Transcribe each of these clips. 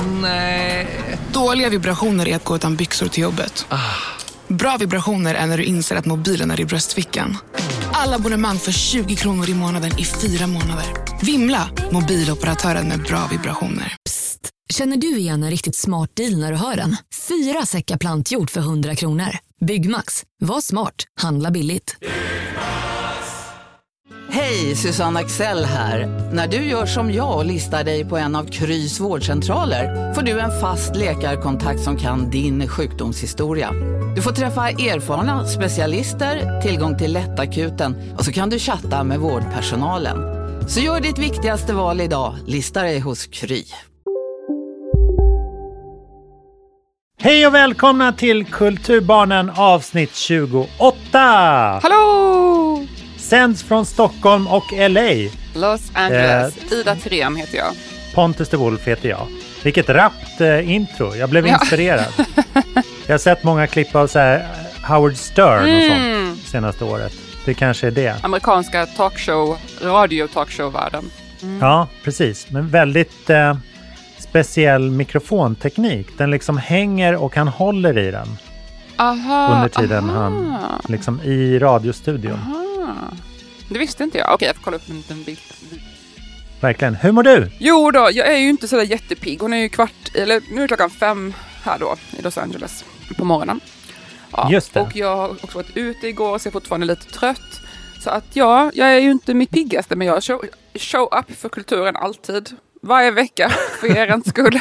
Nej. Dåliga vibrationer är att gå utan byxor till jobbet. Bra vibrationer är när du inser att mobilen är i bröstfickan. Alla abonnemang för 20 kronor i månaden i 4 månader. Vimla, mobiloperatören med bra vibrationer. Psst, känner du igen en riktigt smart deal när du hör den? 4 säckar plantjord för 100 kronor. Byggmax, var smart, handla billigt. Hej, Susanne Axel här. När du gör som jag och listar dig på en av Krys vårdcentraler får du en fast läkarkontakt som kan din sjukdomshistoria. Du får träffa erfarna specialister, tillgång till lättakuten och så kan du chatta med vårdpersonalen. Så gör ditt viktigaste val idag, lista dig hos Kry. Hej och välkomna till Kulturbarnen avsnitt 28! Hallå! Sänds från Stockholm och LA. Los Angeles. Ida Thyrén heter jag. Pontus de Wolf heter jag. Vilket rappt intro. Jag blev inspirerad. Jag har sett många klipp av så här Howard Stern och sånt senaste året. Det kanske är det. Amerikanska radio-talkshow-världen. Ja, precis. Men väldigt speciell mikrofonteknik. Den liksom hänger och han håller i den. Under tiden han liksom i radiostudion. Det visste inte jag. Okej, jag får kolla upp en liten bild. Verkligen. Hur mår du? Jo då, jag är ju inte så där jättepigg. Hon är ju nu är klockan 5 här då i Los Angeles på morgonen. Ja, just det. Och jag har också varit ute igår så jag är fortfarande lite trött. Så att ja, jag är ju inte mitt piggaste, men jag show up för kulturen alltid. Varje vecka för er skull.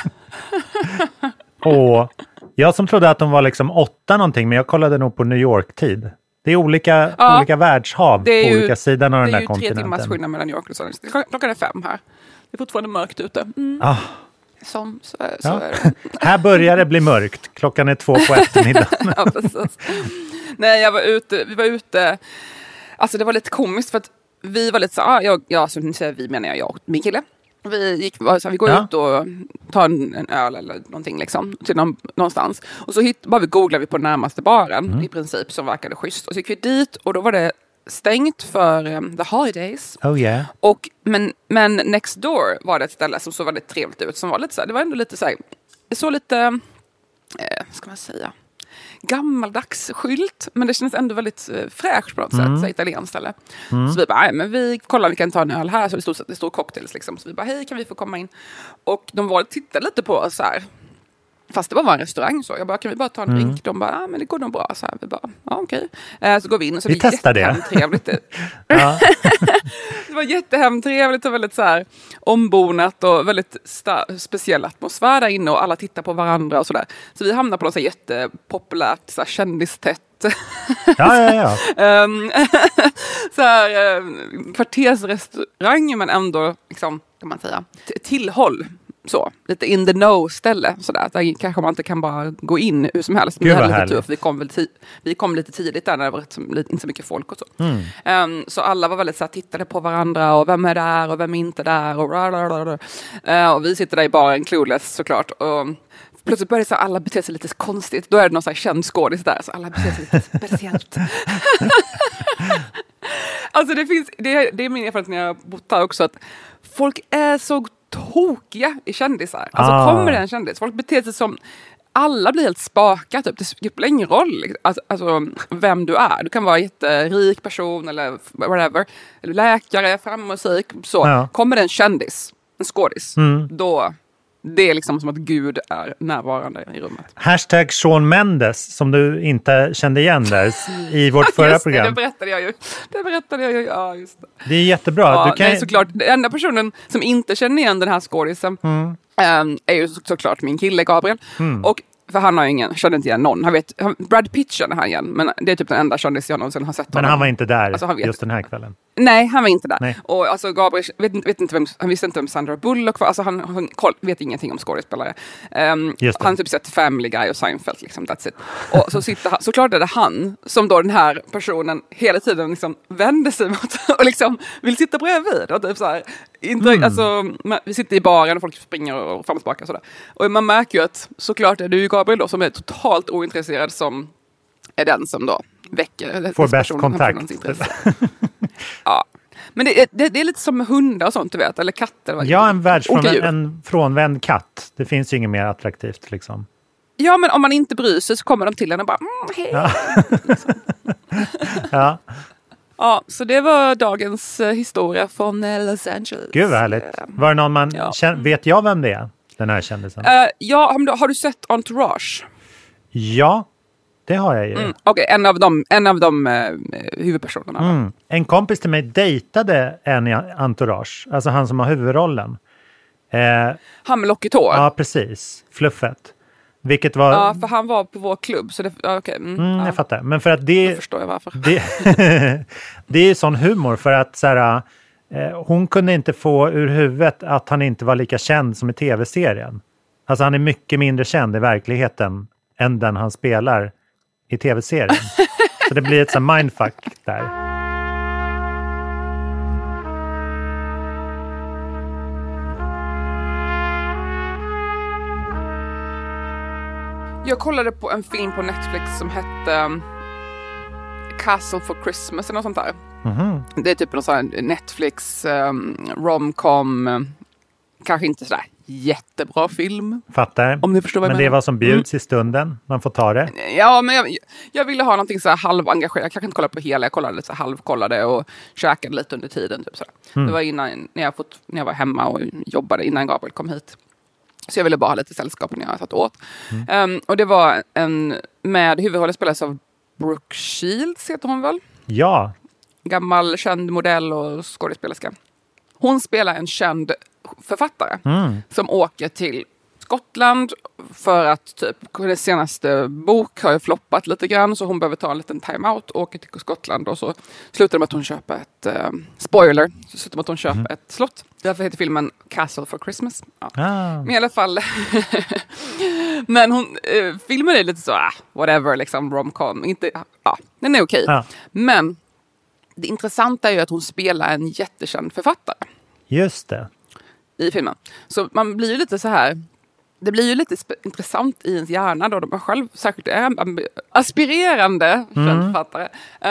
Och jag som trodde att de var liksom 8 någonting, men jag kollade nog på New York-tid. Det är olika världshav på olika sidan av den där kontinenten. Det är ju 3 timmars skillnad mellan New York och Los Angeles. Klockan är 5 här. Det är fortfarande mörkt ute. Så är det. Här börjar det bli mörkt. Klockan är 2 på eftermiddagen. Ja, precis. Nej, vi var ute. Alltså det var lite komiskt för att vi var lite så som ni säger, vi menar jag och min kille. Vi går ut och tar en öl eller någonting liksom, till någonstans. Och så googlade vi på närmaste baren i princip som verkade schysst. Och så gick vi dit och då var det stängt för the holidays. Oh yeah. Men next door var det ett ställe som såg väldigt trevligt ut. Som var lite så här, det var ändå lite så här, det såg lite, ska man säga, gammaldags skylt, men det känns ändå väldigt fräscht på något sätt, så italienskt ställe. Så vi bara, men vi kollar om vi kan ta en öl här, så det stod cocktails liksom. Så vi bara, hej, kan vi få komma in? Och de tittade lite på oss så här, fast det var en restaurang så. Jag bara, kan vi bara ta en drink? De bara, men det går nog bra. Så här, vi bara, okej. Så går vi in och så vi testar det. Jättehemtrevligt. Det var jättehemtrevligt och väldigt så här ombonat och väldigt speciell atmosfär där inne och alla tittar på varandra och sådär. Så vi hamnar på något så här jättepopulärt så här kändistätt Ja. så här kvartersrestaurang, men ändå liksom, kan man säga, tillhåll. Så, lite in the know ställe sådär. Där kanske man inte kan bara gå in hur som helst. Gud, vad tur, för vi kom lite tidigt där när det var inte så mycket folk och så. Så alla var väldigt så här, tittade på varandra och vem är där och vem är inte där och vi sitter där i baren clueless såklart och plötsligt börjar så alla bete sig lite konstigt. Då är det någon så här känd skådis där så alla beter sig lite speciellt. Alltså det är min erfarenhet när jag har bott här också, att folk är så tokiga i kändisar. Alltså kommer det en kändis, folk beter sig som, alla blir helt spaka typ. Det spelar ingen roll alltså vem du är. Du kan vara en jätterik person eller whatever, eller läkare, frammusik så. Ja. Kommer det en kändis, en skådis, då det är liksom som att Gud är närvarande i rummet. Hashtag Shawn Mendes, som du inte kände igen där i vårt förra program. Det berättade jag ju. Ja, just det. Det är jättebra. Ja, du kan... nej, såklart. Den enda personen som inte känner igen den här skådisen är ju såklart min kille Gabriel. Och för han har känner inte igen någon. Han vet, Brad Pitt känner han igen, men det är typ den enda kändis jag någonsin har sett honom. Men han var inte där alltså, just den här kvällen. Nej, han var inte där. Nej. Och alltså Gabriel han visste inte vem Sandra Bullock var. Alltså han vet ingenting om skådespelare. Han har typ sett Family Guy och Seinfeld liksom, that's it. Och så sitter han, såklart är det han som då den här personen hela tiden liksom vänder sig mot och liksom vill sitta bredvid och typ så här, alltså, vi sitter i baren och folk springer och fram och tillbaka och sådär. Och man märker ju att såklart är det ju Gabriel då som är totalt ointresserad som är den som då väcker får bäst kontakt. Ja. Men det är lite som hundar och sånt, du vet, eller katter. Ja, en frånvänd katt. Det finns ju inget mer attraktivt liksom. Ja, men om man inte bryr sig så kommer de till en och bara hej. Ja. Ja. Ja, så det var dagens historia från Los Angeles. Gud vad härligt. Var det någon man vet jag vem det är? Den här kändisen. Ja, har du sett Entourage? Ja, det har jag ju. Okej, en av de huvudpersonerna. En kompis till mig dejtade en i Entourage. Alltså han som har huvudrollen. Han med lockigt hår? Ja, precis. Fluffet. Vilket var... Ja, för han var på vår klubb. Så det, okay. Jag fattar. Men för att det... Då förstår jag varför. Det är sån humor för att så här, hon kunde inte få ur huvudet att han inte var lika känd som i tv-serien. Alltså han är mycket mindre känd i verkligheten än den han spelar i tv-serien. Så det blir ett sån mindfuck där. Jag kollade på en film på Netflix som hette Castle for Christmas eller något sånt där. Det är typ någon sån här Netflix romcom, kanske inte sådär jättebra film. Fattar. Om ni förstår vad jag menar. Det är vad som bjuds i stunden. Man får ta det. Ja, men jag ville ha någonting så här halvengagerat. Jag kanske inte kollade på hela. Jag kollade lite så halvkollade och käkade lite under tiden. Typ sådär. Det var innan, när jag var hemma och jobbade innan Gabriel kom hit. Så jag ville bara ha lite sällskap när jag satt åt. Och det var med huvudrollen spelas av Brooke Shields, heter hon väl? Ja. Gammal känd modell och skådespelerska. Hon spelar en känd författare som åker till Skottland för att typ den senaste bok har ju floppat lite grann, så hon behöver ta en liten time-out och åker till Skottland, och så slutar det med att hon köper ett spoiler, så slutar det med att hon köper ett slott. Därför heter filmen Castle for Christmas. Ja. Men i alla fall men filmen är lite så whatever, liksom romcom, inte, den är okej. Men det intressanta är ju att hon spelar en jättekänd författare. Just det. I filmen. Så man blir ju lite så här, det blir ju lite intressant i ens hjärna då de själv särskilt är aspirerande författare.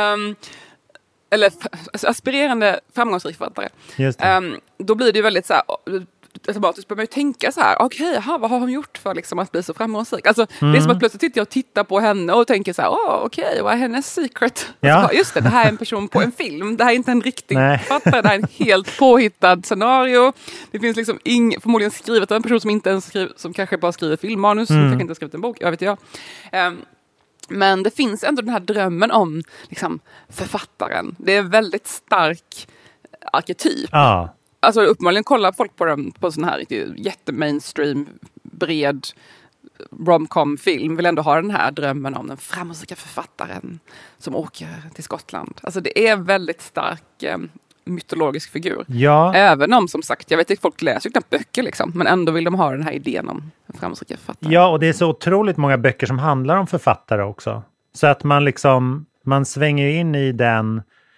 Eller aspirerande framgångsrik författare. Just det. Då blir det ju väldigt så här, automatiskt börjar man ju tänka så här, okej, vad har hon gjort för liksom att bli så framgångsrik? Alltså, det är som att plötsligt sitter jag och tittar på henne och tänker så här, okej, vad är hennes secret? Ja. Alltså, just det här är en person på en film. Det här är inte en riktig författare, det här är en helt påhittad scenario. Det finns liksom förmodligen skrivet av en person som inte ens som kanske bara skriver filmmanus, som kanske inte har skrivit en bok, jag vet inte jag. Men det finns ändå den här drömmen om liksom, författaren. Det är en väldigt stark arketyp. Ja. Alltså uppenbarligen kollar folk på den på sån här jättemainstream, bred romcom-film, vill ändå ha den här drömmen om den framgångsrika författaren som åker till Skottland. Alltså det är en väldigt stark mytologisk figur. Ja. Även om, som sagt, jag vet inte, folk läser ju knappt böcker liksom, men ändå vill de ha den här idén om den framgångsrika författaren. Ja, och det är så otroligt många böcker som handlar om författare också. Så att man svänger in i den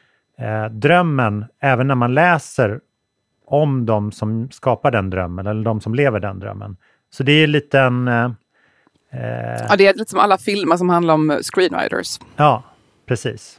drömmen även när man läser om de som skapar den drömmen eller de som lever den drömmen. Så det är lite ja, det är lite som alla filmer som handlar om screenwriters. Ja, precis.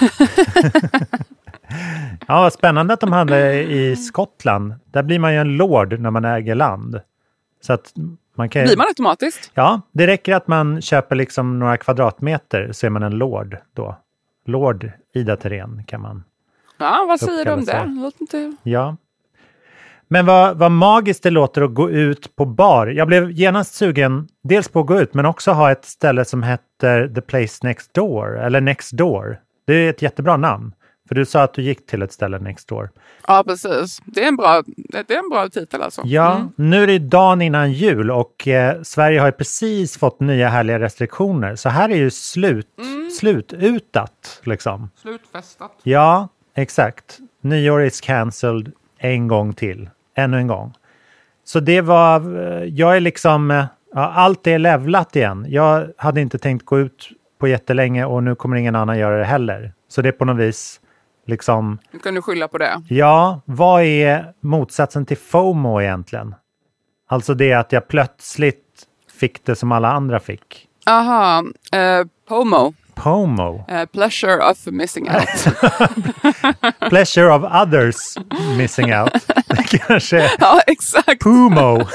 Ja, vad spännande att de handlar i Skottland. Där blir man ju en lord när man äger land. Så att man kan... Blir man automatiskt? Ja, det räcker att man köper liksom några kvadratmeter så är man en lord då. Lord Ida Terén kan man. Ja, vad säger du om det? Låt inte... Ja. Men vad magiskt det låter att gå ut på bar. Jag blev genast sugen dels på att gå ut men också ha ett ställe som heter The Place Next Door. Eller Next Door. Det är ett jättebra namn. För du sa att du gick till ett ställe next door. Ja, precis. Det är en bra titel alltså. Ja, nu är det dagen innan jul och Sverige har ju precis fått nya härliga restriktioner. Så här är ju slututat liksom. Slutfestat. Ja, exakt. Nyår is cancelled en gång till. Ännu en gång. Så det var, jag är liksom, allt är levlat igen. Jag hade inte tänkt gå ut på jättelänge och nu kommer ingen annan göra det heller. Så det är på något vis liksom... Nu kan du skylla på det. Ja, vad är motsatsen till FOMO egentligen? Alltså det att jag plötsligt fick det som alla andra fick. Aha, POMO. POMO. Pleasure of missing out. Pleasure of others missing out. Kanske ja, exakt. POMO.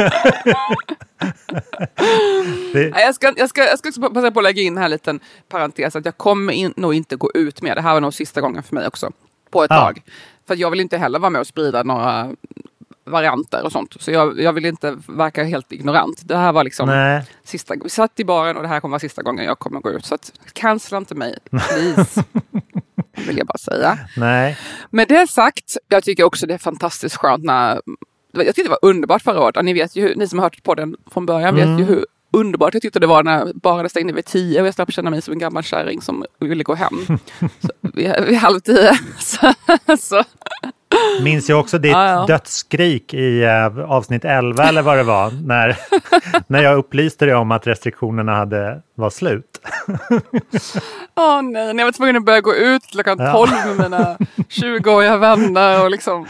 Jag ska också passa på att lägga in här en liten parentes att jag kommer nog inte gå ut med. Det här var nog sista gången för mig också. På ett tag. För jag vill inte heller vara med och sprida några varianter och sånt. Så jag vill inte verka helt ignorant. Det här var liksom sista. Vi satt i baren och det här kommer vara sista gången jag kommer gå ut. Så cancella inte mig, please. Vill jag bara säga. Nej. Med det sagt, jag tycker också det är fantastiskt skönt när... Jag tyckte det var underbart förra året. Ni vet ju, ni som har hört på den från början vet ju hur underbart jag tyckte det var när baren stängde vid 10 och jag slapp känna mig som en gammal kärring som ville gå hem. Vid 9:30. Så. Minns jag också ditt dödsskrik i avsnitt 11 eller vad det var när jag upplyste dig om att restriktionerna var slut. Nej, när jag var tvungen att börja gå ut klockan 12 med mina 20-åriga vänner och liksom...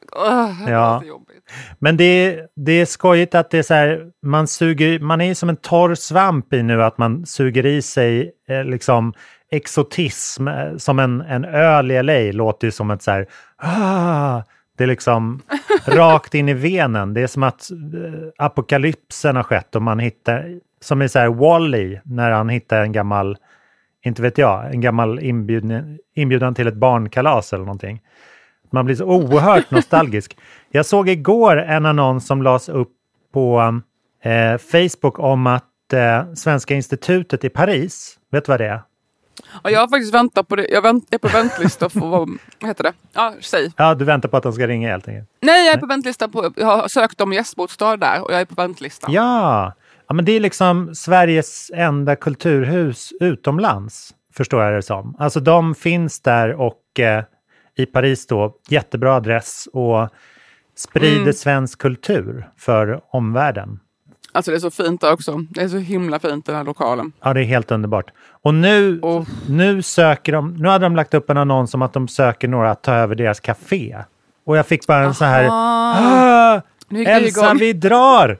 Men det är skojigt att det är så här, man är som en torr svamp i nu att man suger i sig liksom exotism som en öl i LA låter ju som ett så här det är liksom rakt in i venen. Det är som att apokalypsen har skett och man hittar som i så här Wall-E när han hittar en gammal inbjudan till ett barnkalas eller någonting. Man blir så oerhört nostalgisk. Jag såg igår en annons som lades upp på Facebook om att Svenska institutet i Paris, vet du vad det är? Ja, jag har faktiskt väntat på det. Jag är på väntlista för vad heter det? Ja, säg. Ja, du väntar på att de ska ringa helt enkelt. Nej, jag är på väntlista. Jag har sökt om gästbostad där och jag är på väntlista. Ja, men det är liksom Sveriges enda kulturhus utomlands, förstår jag det som. Alltså de finns där och i Paris då, jättebra adress och sprider svensk kultur för omvärlden. Alltså det är så fint där också. Det är så himla fint den här lokalen. Ja, det är helt underbart. Och nu söker de, nu hade de lagt upp en annons om att de söker några att ta över deras café. Och jag fick bara en så här, Elsa, vi drar!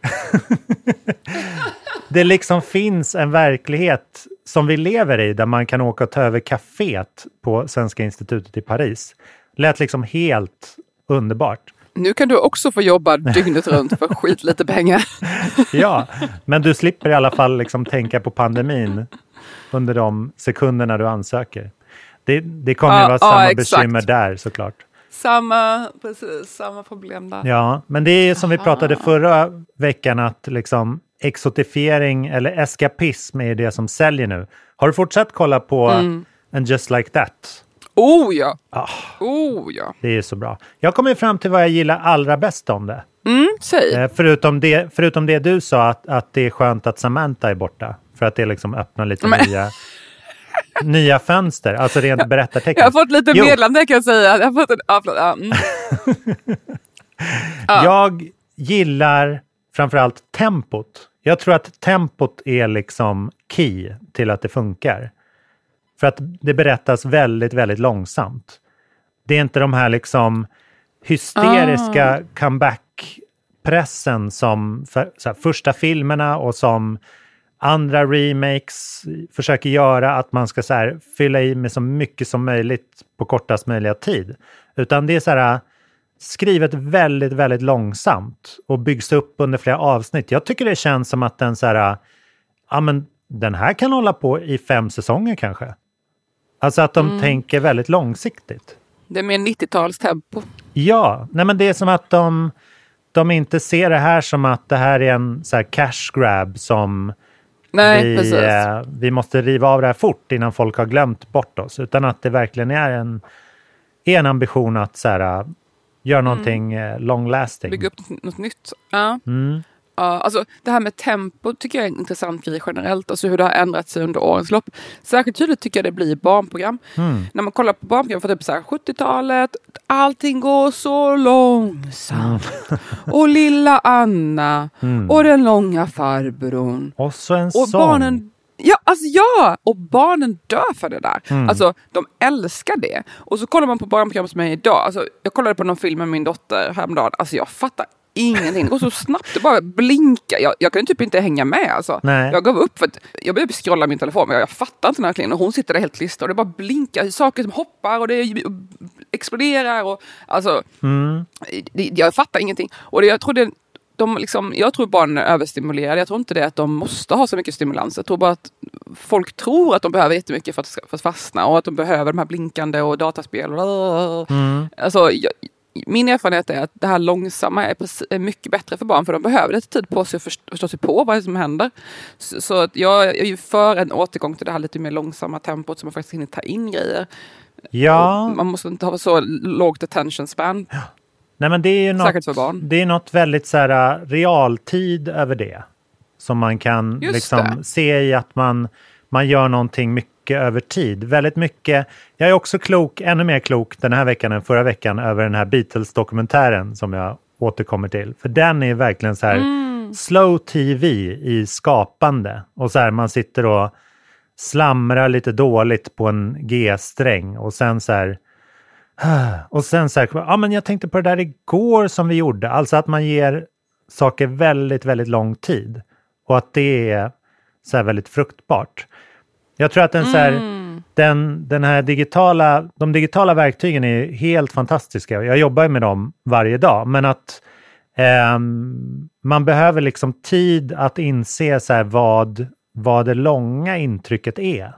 Det liksom finns en verklighet som vi lever i där man kan åka och ta över kaféet på Svenska institutet i Paris. Lät liksom helt underbart. Nu kan du också få jobba dygnet runt för skit lite pengar. Ja, men du slipper i alla fall liksom tänka på pandemin under de sekunderna du ansöker. Det kommer ju vara samma bekymmer där såklart. Samma problem där. Ja, men det är som vi pratade förra veckan att liksom exotifiering eller eskapism är det som säljer nu. Har du fortsatt kolla på And Just Like That? Oh ja. Det är så bra. Jag kommer fram till vad jag gillar allra bäst om det. Säg. Förutom det du sa att det är skönt att Samantha är borta. För att det liksom öppnar lite nya fönster. Alltså rent berättartekniskt. Jag har fått lite medlande kan jag säga. Jag har fått Jag gillar framförallt tempot. Jag tror att tempot är liksom key till att det funkar. För att det berättas väldigt, väldigt långsamt. Det är inte de här liksom hysteriska comeback-pressen som första filmerna och som andra remakes försöker göra att man ska så här fylla i med så mycket som möjligt på kortast möjliga tid. Utan det är så här skrivet väldigt, väldigt långsamt och byggs upp under flera avsnitt. Jag tycker det känns som att den så här, men den här kan hålla på i 5 säsonger kanske. Alltså att de tänker väldigt långsiktigt. Det är mer 90-talstempo. Ja, nej men det är som att de inte ser det här som att det här är en så här cash grab som vi måste riva av det här fort innan folk har glömt bort oss. Utan att det verkligen är en ambition att så här, göra någonting long lasting. Bygga upp något nytt. Ja. Alltså det här med tempo tycker jag är en intressant grej generellt. Alltså hur det har ändrat sig under årens lopp. Särskilt tydligt tycker jag det blir barnprogram. När man kollar på barnprogram för typ så här 70-talet. Allting går så långsamt. Och lilla Anna. Och den långa farbrorn. Och så en och sång. Barnen, och barnen dör för det där. Alltså de älskar det. Och så kollar man på barnprogram som är idag. Alltså, jag kollade på någon film med min dotter häromdagen. Alltså jag fattar ingenting. Det går så snabbt, det bara blinkar. Jag kan typ inte hänga med alltså. Jag gav upp för att jag började scrolla min telefon, men jag fattar inte när jag och hon sitter där helt klistrad och det bara blinkar, saker som hoppar och det exploderar och alltså jag fattar ingenting. Och jag tror barn är överstimulerade. Jag tror inte det att de måste ha så mycket stimulans. Jag tror bara att folk tror att de behöver jättemycket för att fastna och att de behöver de här blinkande och dataspel. Alltså, min erfarenhet är att det här långsamma är mycket bättre för barn, för de behöver lite tid på sig att förstå sig på vad som händer. Så att jag är ju för en återgång till det här lite mer långsamma tempot som man faktiskt hinner ta in grejer. Ja. Och man måste inte ha så lågt attention span. Ja. Nej, men det är ju säkert för barn. Det är något väldigt så här realtid över det. Som man kan liksom se i att man gör någonting mycket över tid. Väldigt mycket. Jag är också ännu mer klok den här veckan än förra veckan över den här Beatles-dokumentären som jag återkommer till. För den är verkligen så här slow tv i skapande. Och så här man sitter och slamrar lite dåligt på en G-sträng och sen så här men jag tänkte på det där igår som vi gjorde. Alltså att man ger saker väldigt, väldigt lång tid. Och att det är så här väldigt fruktbart. Jag tror att de digitala verktygen är helt fantastiska. Jag jobbar med dem varje dag. Men att man behöver liksom tid att inse så här vad det långa intrycket är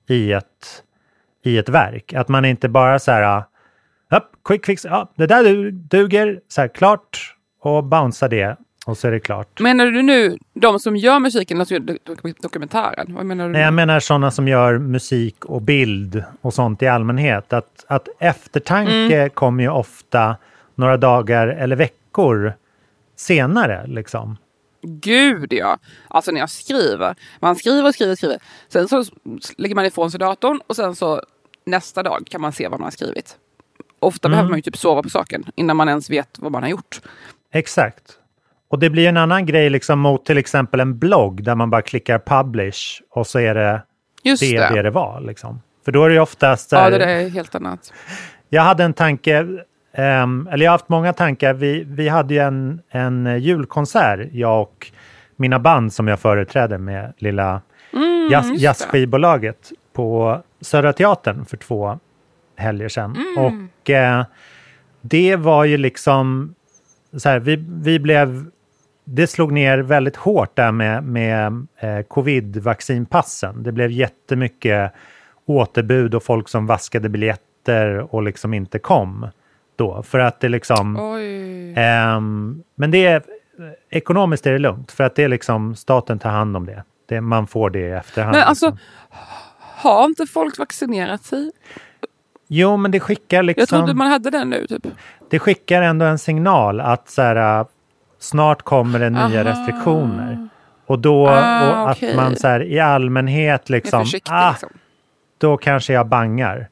i ett verk. Att man inte bara så här quick fix, det där duger, så här klart och bounce det och så är det klart. Menar du nu de som gör musiken, alltså dokumentären? Vad menar du? Nej, jag menar sådana som gör musik och bild och sånt i allmänhet. Att eftertanke kommer ju ofta några dagar eller veckor senare liksom. Gud ja, alltså när jag skriver, man skriver, sen så lägger man ifrån sig datorn och sen så nästa dag kan man se vad man har skrivit. Ofta behöver man ju typ sova på saken innan man ens vet vad man har gjort. Exakt. Och det blir en annan grej liksom mot till exempel en blogg där man bara klickar publish och så är det det var liksom. För då är det ju oftast det är helt annat. Jag hade en tanke, eller jag har haft många tankar. Vi hade ju en julkonsert, jag och mina band som jag företrädde med lilla jazzskivbolaget på Södra Teatern för 2 helger sedan. Och det var ju liksom så här, det slog ner väldigt hårt där med covid-vaccinpassen. Det blev jättemycket återbud och folk som vaskade biljetter och liksom inte kom då. För att det liksom men det är ekonomiskt är det lugnt för att det är liksom staten tar hand om det. Man får det i efterhand. Men alltså har inte folk vaccinerat sig? Jo, men det skickar liksom... Jag trodde man hade den nu, typ. Det skickar ändå en signal att så här, snart kommer det nya restriktioner. Och då och att man så här, i allmänhet liksom... Då kanske jag bangar.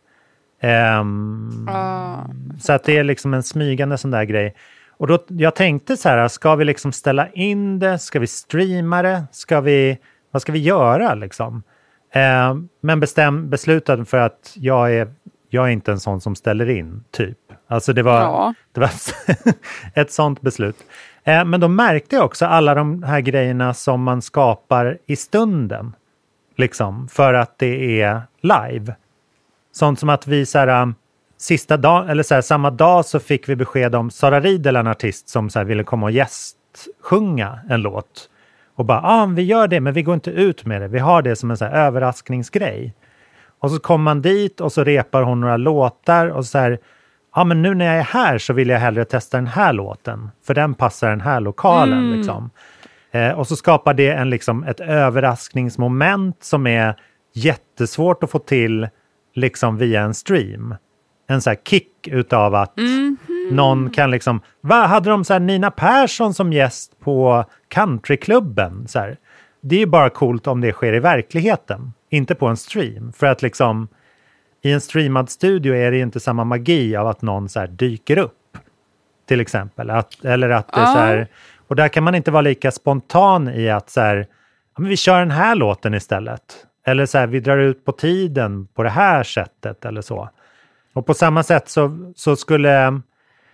Så att det är liksom en smygande sån där grej. Och då, jag tänkte så här, ska vi liksom ställa in det? Ska vi streama det? Vad ska vi göra liksom? Men beslutade för att jag är inte en sån som ställer in, typ. Alltså det var ett sånt beslut. Men då märkte jag också alla de här grejerna som man skapar i stunden. Liksom, för att det är live. Sånt som att vi så här, sista dag, eller så här, samma dag så fick vi besked om Sara Riedel, en artist som så här, ville komma och gästsjunga en låt. Och bara, vi gör det, men vi går inte ut med det. Vi har det som en så här överraskningsgrej. Och så kommer man dit och så repar hon några låtar och så här, men nu när jag är här så vill jag hellre testa den här låten. För den passar den här lokalen liksom. Och så skapar det liksom ett överraskningsmoment som är jättesvårt att få till liksom via en stream. En så här kick utav att någon kan liksom, hade de så här Nina Persson som gäst på countryklubben så här. Det är ju bara coolt om det sker i verkligheten, inte på en stream. För att liksom i en streamad studio är det ju inte samma magi av att någon så här dyker upp till exempel. Eller att det är så här, och där kan man inte vara lika spontan i att så här, men vi kör den här låten istället. Eller så här, vi drar ut på tiden på det här sättet eller så. Och på samma sätt så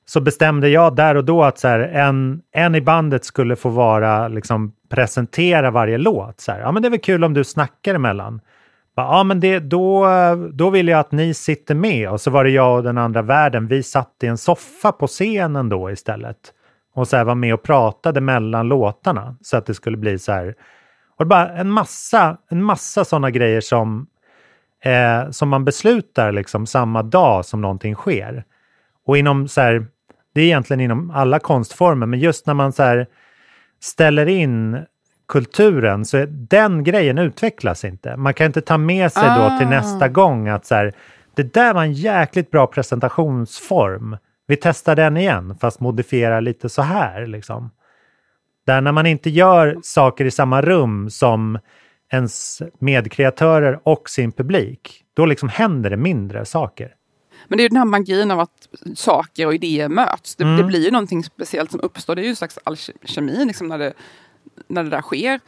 så bestämde jag där och då att så här, en i bandet skulle få vara liksom presentera varje låt. Så här, ja men det är väl kul om du snackar emellan. Ja men då vill jag att ni sitter med. Och så var det jag och den andra världen. Vi satt i en soffa på scenen då istället. Och så här var med och pratade mellan låtarna. Så att det skulle bli så här. Och det bara en massa sådana grejer som man beslutar liksom samma dag som någonting sker. Och inom så här, det är egentligen inom alla konstformer. Men just när man så här ställer in kulturen så den grejen utvecklas inte. Man kan inte ta med sig då till nästa gång att så här, det där var en jäkligt bra presentationsform. Vi testar den igen fast modifierar lite så här liksom. Där när man inte gör saker i samma rum som ens medkreatörer och sin publik, då liksom händer det mindre saker. Men det är ju den här magin av att saker och idéer möts. Det blir ju någonting speciellt som uppstår. Det är ju en slags alkemi liksom när det där sker.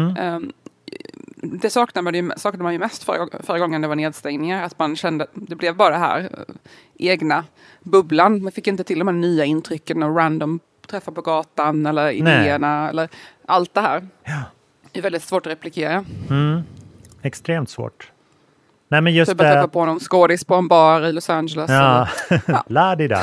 Det saknade man ju mest förra gången det var nedstängningar. Att man kände att det blev bara det här egna bubblan. Man fick inte till de här nya intrycken och random träffar på gatan eller idéerna eller allt det här. Ja. Det är väldigt svårt att replikera. Extremt svårt. Nej, men just typ att träffa på någon skådis på en bar i Los Angeles. Ja, la-di-da.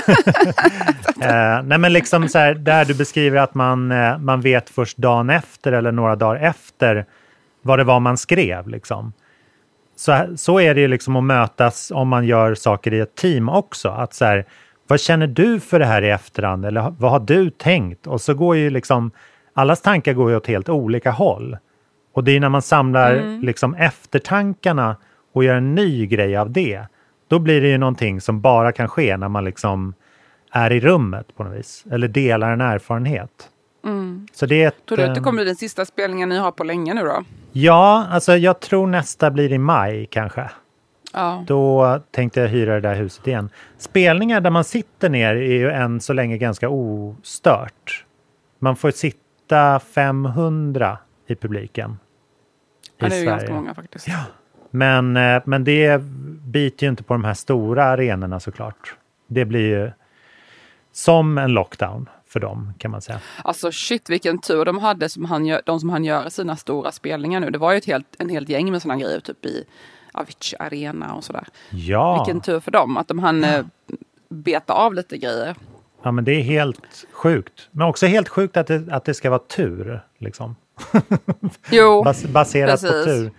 Nej, men liksom så här, där du beskriver att man vet först dagen efter eller några dagar efter vad det var man skrev. Liksom. Så är det ju liksom att mötas om man gör saker i ett team också. Att så här, vad känner du för det här i efterhand? Eller vad har du tänkt? Och så går ju liksom, allas tankar går ju åt helt olika håll. Och det är när man samlar liksom eftertankarna och gör en ny grej av det. Då blir det ju någonting som bara kan ske när man liksom är i rummet på något vis. Eller delar en erfarenhet. Så det är tror du att det kommer bli den sista spelningen ni har på länge nu då? Ja, alltså jag tror nästa blir i maj kanske. Ja. Då tänkte jag hyra det där huset igen. Spelningar där man sitter ner är ju än så länge ganska ostört. Man får sitta 500 i publiken. Ja, det är ju ganska många faktiskt. Ja. Men det biter ju inte på de här stora arenorna såklart. Det blir ju som en lockdown för dem kan man säga. Alltså shit vilken tur de hade de som han gör sina stora spelningar nu. Det var ju en helt gäng med sådana grejer typ i Avicii Arena och sådär. Ja. Vilken tur för dem att de hann beta av lite grejer. Ja men det är helt sjukt. Men också helt sjukt att det ska vara tur liksom. Jo, baserat precis. på tur.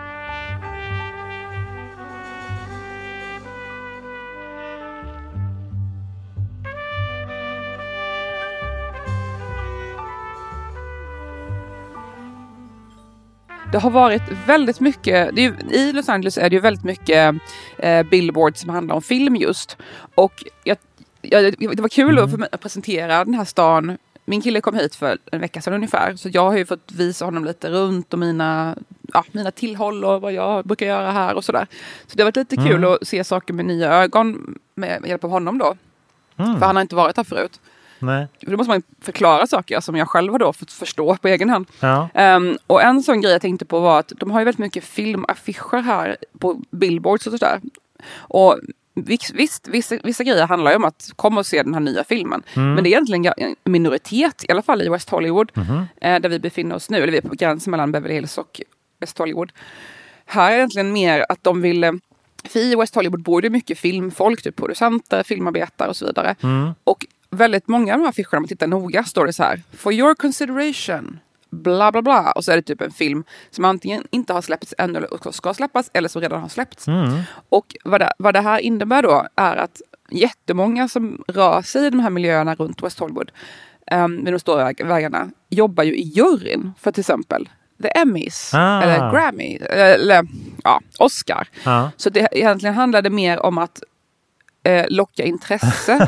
Det har varit väldigt mycket, i Los Angeles är det ju väldigt mycket billboards som handlar om film just. Och det var kul att presentera den här stan. Min kille kom hit för en vecka sedan ungefär. Så jag har ju fått visa honom lite runt och mina tillhåll och vad jag brukar göra här och sådär. Så det har varit lite kul att se saker med nya ögon med hjälp av honom då. För han har inte varit här förut. Nej. Då måste man förklara saker som jag själv har då fått förstå på egen hand. Ja. Och en sån grej jag tänkte på var att de har ju väldigt mycket filmaffischer här på billboards och sådär. Och visst, vissa grejer handlar ju om att komma och se den här nya filmen. Men det är egentligen en minoritet, i alla fall i West Hollywood, där vi befinner oss nu. Eller vi är på gränsen mellan Beverly Hills och West Hollywood. Här är det egentligen mer att de vill... För i West Hollywood bor det mycket filmfolk, typ producenter, filmarbetare och så vidare. Och väldigt många av de här affischerna, om man tittar noga, står det så här: For your consideration, bla bla bla. Och så är det typ en film som antingen inte har släppts ännu eller ska släppas, eller som redan har släppts. Och vad det här innebär då är att jättemånga som rör sig i de här miljöerna runt West Hollywood med de stora vägarna jobbar ju i juryn för till exempel The Emmys eller Grammy eller Oscar. Så det egentligen handlade mer om att locka intresse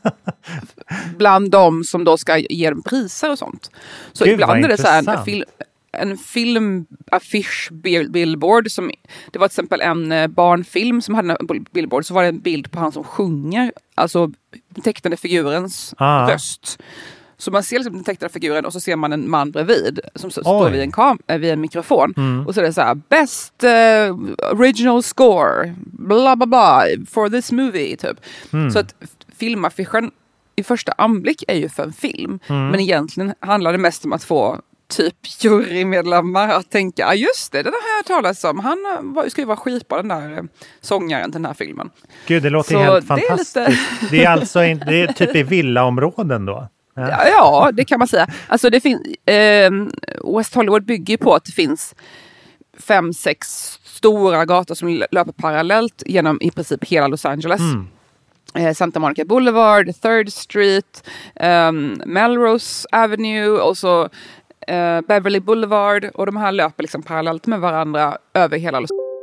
bland de som då ska ge dem priser och sånt. Så Gud, ibland är det så här en filmaffisch billboard som, det var till exempel en barnfilm som hade en billboard, så var det en bild på han som sjunger, alltså den tecknade figurens röst. Så man ser liksom den tecknade figuren och så ser man en man bredvid som står vid en mikrofon. Och så är det så här: best original score bla bla bla for this movie typ. Så att filmaffischen i första anblick är ju för en film. Men egentligen handlar det mest om att få typ jurymedlemmar att tänka, just det, den har jag talat om. Han ska ju vara skitbra, den där sångaren till den här filmen. Gud, det låter helt fantastiskt. Det är alltså det är typ i villaområden då? Ja, det kan man säga. Alltså det finns West Hollywood bygger på att det finns 5-6 stora gator som löper parallellt genom i princip hela Los Angeles. Santa Monica Boulevard, 3rd Street, Melrose Avenue och så Beverly Boulevard, och de här löper liksom parallellt med varandra över hela Los Angeles.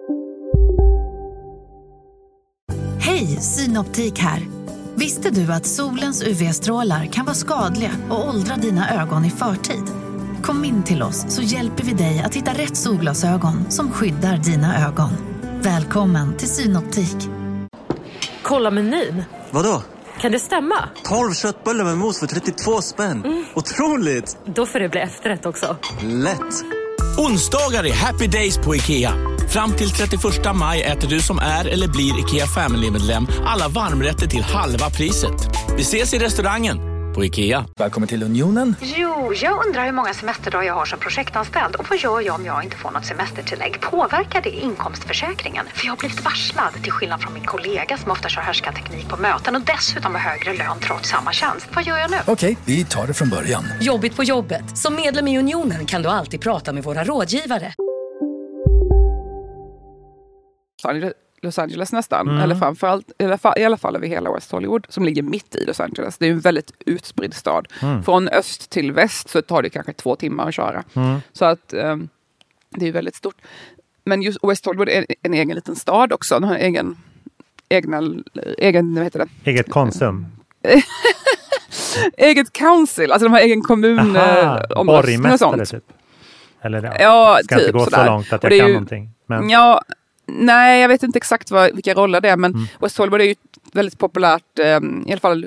Hej, Synoptik här. Visste du att solens UV-strålar kan vara skadliga och åldra dina ögon i förtid? Kom in till oss så hjälper vi dig att hitta rätt solglasögon som skyddar dina ögon. Välkommen till Synoptik. Kolla menyn. Vadå? Kan det stämma? 12 köttbullar med mos för 32 spänn. Otroligt! Då får det bli efterrätt också. Lätt! Onsdagar är happy days på IKEA. Fram till 31 maj äter du som är eller blir IKEA Family-medlem alla varmrätter till halva priset. Vi ses i restaurangen på IKEA. Välkommen till Unionen. Jo, jag undrar hur många semesterdagar jag har som projektanställd. Och vad gör jag om jag inte får något semestertillägg? Påverkar det inkomstförsäkringen? För jag har blivit varslad, till skillnad från min kollega som ofta kör härskarteknik på möten och dessutom har högre lön trots samma tjänst. Vad gör jag nu? Okej, vi tar det från början. Jobbigt på jobbet. Som medlem i Unionen kan du alltid prata med våra rådgivare. Los Angeles nästan, eller framförallt, i alla fall över hela West Hollywood som ligger mitt i Los Angeles. Det är en väldigt utspridd stad. Från öst till väst så tar det kanske 2 timmar att köra. Så att det är väldigt stort. Men just West Hollywood är en egen liten stad också. Den har egen vad heter det? Eget Konsum. Eget council, alltså de har egen kommun. Borgmästare typ. Eller ja, ska typ, inte gå sådär. så långt att jag kan någonting. Men... Ja, nej, jag vet inte exakt vilka roller det är, men West Hollywood är ju väldigt populärt, i alla fall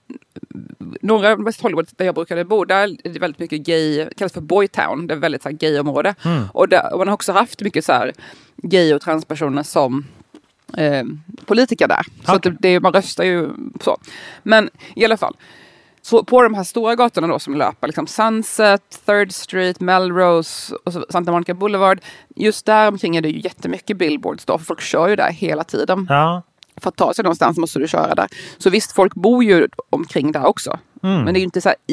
norra West Hollywood där jag brukade bo, där är det väldigt mycket gay, det kallas för Boytown, det är väldigt så här gay-område. Och man har också haft mycket så här gay- och transpersoner som politiker där. Så att man röstar ju så. Men i alla fall, så på de här stora gatorna då som löper, liksom Sunset, 3rd Street, Melrose och så Santa Monica Boulevard, just där omkring är det ju jättemycket billboards då, för folk kör ju där hela tiden. Ja. För att ta sig någonstans måste du köra där. Så visst, folk bor ju omkring där också. Men det är ju inte så här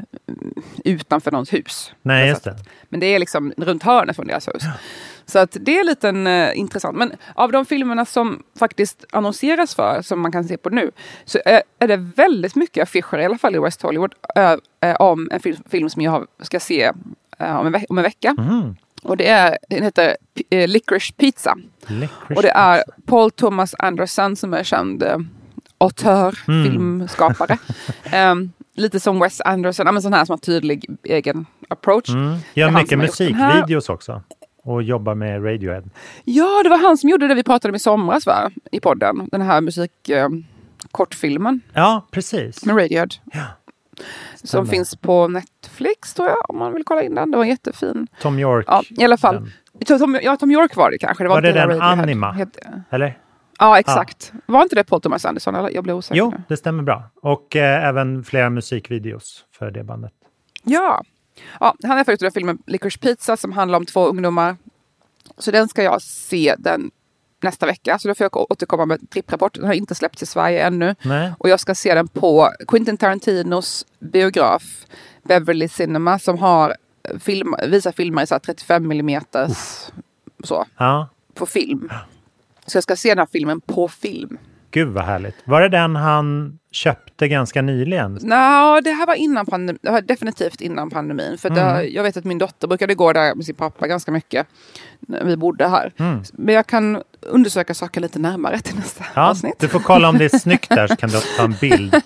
utanför någons hus. Nej, just det. Men det är liksom runt hörnet från deras hus. Så att det är lite intressant. Men av de filmerna som faktiskt annonseras för, som man kan se på nu, så är det väldigt mycket affischer, i alla fall i West Hollywood, om en film som jag ska se om en vecka. Och den heter Licorice Pizza. Och det är Paul Thomas Anderson som är känd auteur, filmskapare. Lite som Wes Anderson, men sån här som har tydlig egen approach. Gör mycket musikvideos också. Och jobbar med Radiohead. Ja, det var han som gjorde det vi pratade om i somras, va? I podden. Den här kortfilmen. Ja, precis. Med Radiohead. Ja. Som finns på Netflix, tror jag, om man vill kolla in den. Det var jättefin. Tom York. Ja, i alla fall. Tom York var det kanske. Det var inte det den Anima? Eller? Ja, exakt. Ja. Var inte det Paul Thomas Anderson? Eller? Jag blev osäker. Jo, det stämmer bra. Och även flera musikvideos för det bandet. Ja, han har följt den filmen Licorice Pizza som handlar om 2 ungdomar. Så den ska jag se nästa vecka. Så då får jag återkomma med tripprapport. Den har inte släppts i Sverige ännu. Nej. Och jag ska se den på Quentin Tarantinos biograf Beverly Cinema som har visar filmer i så 35 mm så, på film. Så jag ska se den här filmen på film. Gud vad härligt. Var det den han köpte ganska nyligen? Nej, det här var innan pandemin. Det var definitivt innan pandemin. För jag vet att min dotter brukade gå där med sin pappa ganska mycket när vi bodde här. Men jag kan undersöka saker lite närmare till nästa avsnitt. Du får kolla om det är snyggt där så kan du ta en bild.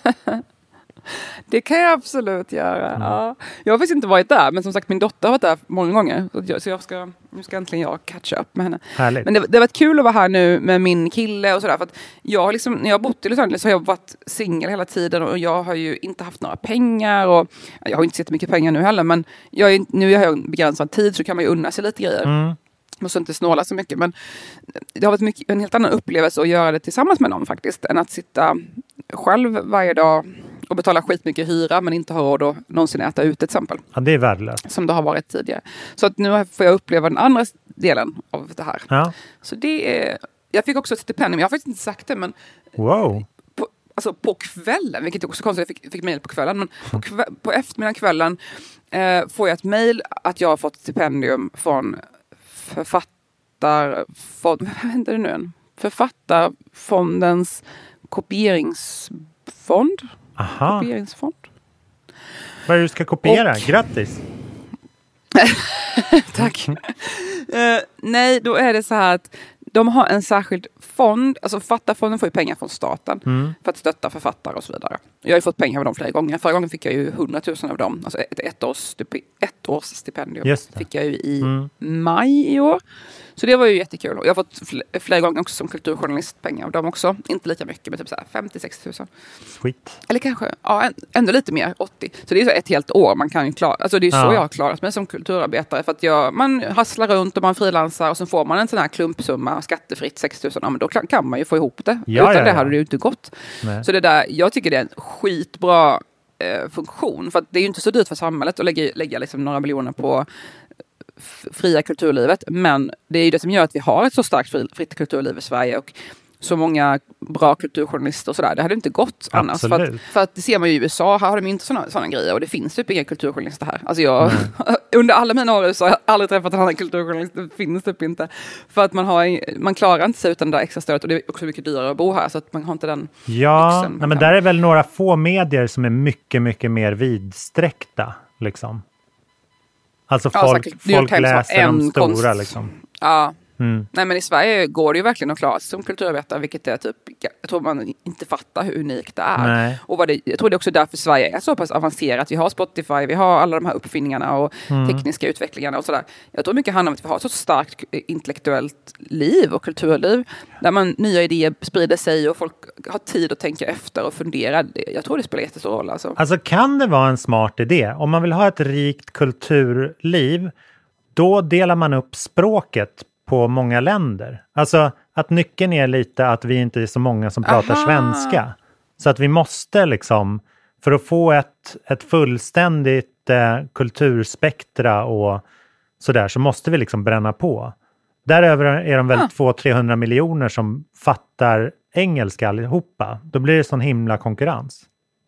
Det kan jag absolut göra. Ja. Jag har faktiskt inte varit där, men som sagt min dotter har varit där många gånger. Så nu ska äntligen jag catcha upp med henne. Härligt. Men det har varit kul att vara här nu med min kille och sådär. För att jag liksom, när jag har bott i Los Angeles så har jag varit singel hela tiden. Och jag har ju inte haft några pengar. Och jag har inte sett mycket pengar nu heller. Men nu har jag en begränsad tid så kan man ju unna sig lite grejer. måste inte snåla så mycket, men det har varit en helt annan upplevelse att göra det tillsammans med någon faktiskt, än att sitta själv varje dag och betala skitmycket hyra men inte ha råd att någonsin äta ut till exempel. Ja, det är värdelöst. Som det har varit tidigare. Så att nu får jag uppleva den andra delen av det här. Ja. Så det är... Jag fick också ett stipendium, jag har faktiskt inte sagt det, men... Wow! På kvällen, vilket är också konstigt, jag fick mejl på kvällen, men på eftermiddagen kvällen får jag ett mejl att jag har fått ett stipendium från Författarfondens kopieringsfond. Aha. Kopieringsfond. Vad är det du ska kopiera? Grattis! Tack. Nej, då är det så här att de har en särskild fond, alltså Författarfonden får ju pengar från staten för att stötta författare och så vidare. Jag har ju fått pengar av dem flera gånger. Förra gången fick jag ju 100 000 av dem, alltså ett års stipendium fick jag ju i maj i år. Så det var ju jättekul. Jag har fått flera gånger också som kulturjournalist pengar av dem också. Inte lika mycket, men typ så här 50-60 000. Sweet. Eller kanske, ja, ändå lite mer, 80. Så det är så ett helt år man kan ju klara. Alltså det är så jag har klarat mig som kulturarbetare. För att man hasslar runt och man frilansar och sen får man en sån här klumpsumma skattefritt 6 000. Ja, men då kan man ju få ihop det. Utan det hade det ju inte gått. Nej. Så det där, jag tycker det är en skitbra funktion. För att det är ju inte så dyrt för samhället att lägga liksom några miljoner på fria kulturlivet, men det är ju det som gör att vi har ett så starkt fritt kulturliv i Sverige och så många bra kulturjournalister och sådär. Det hade inte gått annars. För att det ser man ju i USA, här har de inte sådana grejer och det finns typ inga kulturjournalister här. Alltså under alla mina år så har jag aldrig träffat en annan kulturjournalist. Det finns typ inte. För att man klarar inte sig utan det där extra stödet och det är också mycket dyrare att bo här så att man har inte den lyxen. Men där är väl några få medier som är mycket, mycket mer vidsträckta liksom. Alltså folk läser de stora liksom. Ja. Nej, men i Sverige går det ju verkligen att klara sig som kulturarbetare, vilket är typ, jag tror man inte fattar hur unikt det är. Nej. Och jag tror det är också därför Sverige är så pass avancerat. Vi har Spotify, vi har alla de här uppfinningarna och tekniska utvecklingarna och sådär. Jag tror mycket handlar om att vi har ett så starkt intellektuellt liv och kulturliv där nya idéer sprider sig och folk har tid att tänka efter och fundera. Jag tror det spelar jättestor roll. Alltså kan det vara en smart idé? Om man vill ha ett rikt kulturliv, då delar man upp språket på många länder. Alltså att nyckeln är lite att vi inte är så många som pratar svenska. Så att vi måste liksom, för att få ett fullständigt kulturspektra och sådär, så måste vi liksom bränna på. Däröver är de väl 200-300 miljoner som fattar engelska allihopa. Då blir det sån himla konkurrens.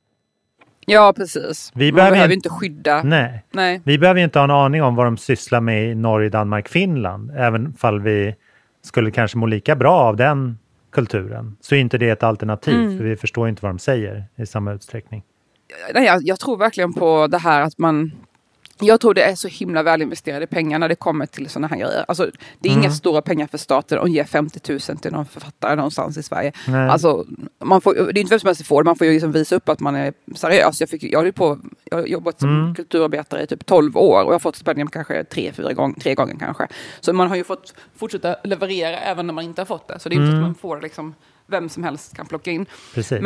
Ja, precis. Vi behöver inte skydda. Nej. Vi behöver inte ha en aning om vad de sysslar med i Norge, Danmark, Finland. Även fall vi skulle kanske må lika bra av den kulturen. Så är inte det ett alternativ. För vi förstår inte vad de säger i samma utsträckning. Jag tror verkligen på det här att jag tror det är så himla välinvesterade pengar när det kommer till sådana här grejer. Alltså, det är inga stora pengar för staten att ge 50 000 till någon författare någonstans i Sverige. Nej. Alltså, det är inte vem som helst får det. Man får ju liksom visa upp att man är seriös. Jag har jobbat som kulturarbetare i typ 12 år och jag har fått stipendium kanske 3 gånger kanske. Så man har ju fått fortsätta leverera även när man inte har fått det. Så det är inte att man får det liksom, vem som helst kan plocka in. Precis.